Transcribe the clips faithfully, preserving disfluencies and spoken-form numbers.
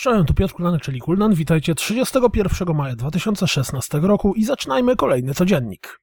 Cześć, tu Piotr Kulanek, czyli Kulnan. Witajcie trzydziestego pierwszego maja dwa tysiące szesnastego roku i zaczynajmy kolejny codziennik.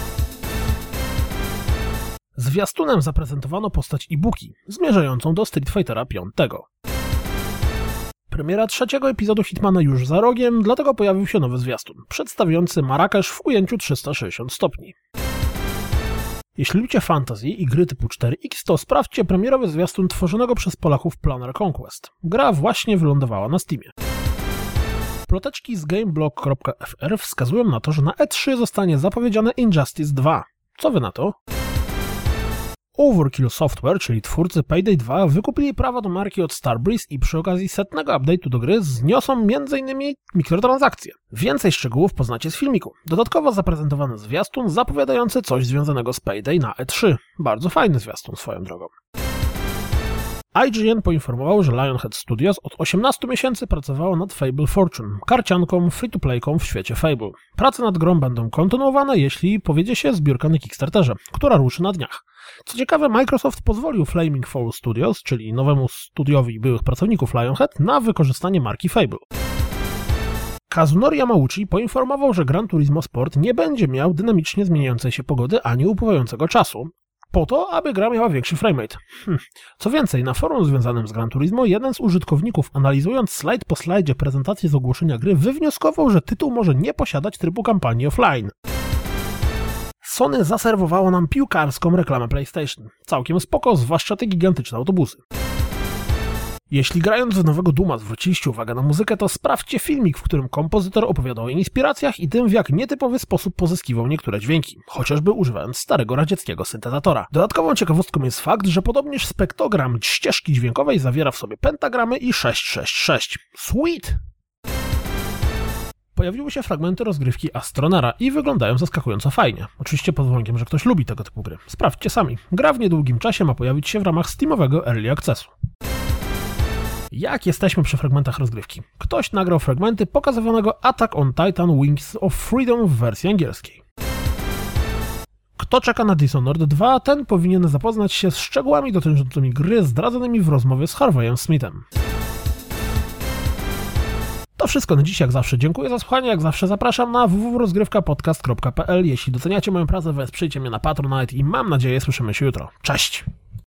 Zwiastunem zaprezentowano postać Ibuki, zmierzającą do Street Fightera piątego. Premiera trzeciego epizodu Hitmana już za rogiem, dlatego pojawił się nowy zwiastun, przedstawiający Marrakesz w ujęciu trzysta sześćdziesiąt stopni. Jeśli lubicie fantasy i gry typu cztery X, to sprawdźcie premierowy zwiastun tworzonego przez Polaków Planar Conquest. Gra właśnie wylądowała na Steamie. Ploteczki z gameblog kropka f r wskazują na to, że na E trzy zostanie zapowiedziane Injustice dwa. Co wy na to? Overkill Software, czyli twórcy Payday dwa, wykupili prawa do marki od Starbreeze i przy okazji setnego update'u do gry zniosą między innymi mikrotransakcje. Więcej szczegółów poznacie z filmiku. Dodatkowo zaprezentowano zwiastun zapowiadający coś związanego z Payday na E trzy. Bardzo fajny zwiastun swoją drogą. I G N poinformował, że Lionhead Studios od osiemnastu miesięcy pracowało nad Fable Fortune, karcianką free-to-playką w świecie Fable. Prace nad grą będą kontynuowane, jeśli powiedzie się zbiórka na Kickstarterze, która ruszy na dniach. Co ciekawe, Microsoft pozwolił Flaming Fall Studios, czyli nowemu studiowi byłych pracowników Lionhead, na wykorzystanie marki Fable. Kazunori Yamauchi poinformował, że Gran Turismo Sport nie będzie miał dynamicznie zmieniającej się pogody ani upływającego czasu, po to, aby gra miała większy framerate. Hm. Co więcej, na forum związanym z Gran Turismo jeden z użytkowników, analizując slajd po slajdzie prezentacji z ogłoszenia gry, wywnioskował, że tytuł może nie posiadać trybu kampanii offline. Sony zaserwowało nam piłkarską reklamę PlayStation. Całkiem spoko, zwłaszcza te gigantyczne autobusy. Jeśli grając w nowego Duma zwróciliście uwagę na muzykę, to sprawdźcie filmik, w którym kompozytor opowiadał o inspiracjach i tym, w jak nietypowy sposób pozyskiwał niektóre dźwięki, chociażby używając starego radzieckiego syntezatora. Dodatkową ciekawostką jest fakt, że podobnież spektrogram ścieżki dźwiękowej zawiera w sobie pentagramy i sześć sześć sześć. Sweet! Pojawiły się fragmenty rozgrywki Astronera i wyglądają zaskakująco fajnie. Oczywiście pod warunkiem, że ktoś lubi tego typu gry. Sprawdźcie sami. Gra w niedługim czasie ma pojawić się w ramach Steamowego Early Accessu. Jak jesteśmy przy fragmentach rozgrywki? Ktoś nagrał fragmenty pokazywanego Attack on Titan Wings of Freedom w wersji angielskiej. Kto czeka na Dishonored dwa, ten powinien zapoznać się z szczegółami dotyczącymi gry zdradzonymi w rozmowie z Harveyem Smithem. To wszystko na dziś, jak zawsze. Dziękuję za słuchanie, jak zawsze zapraszam na w w w kropka rozgrywka podcast kropka p l. Jeśli doceniacie moją pracę, wesprzyjcie mnie na Patronite i mam nadzieję słyszymy się jutro. Cześć!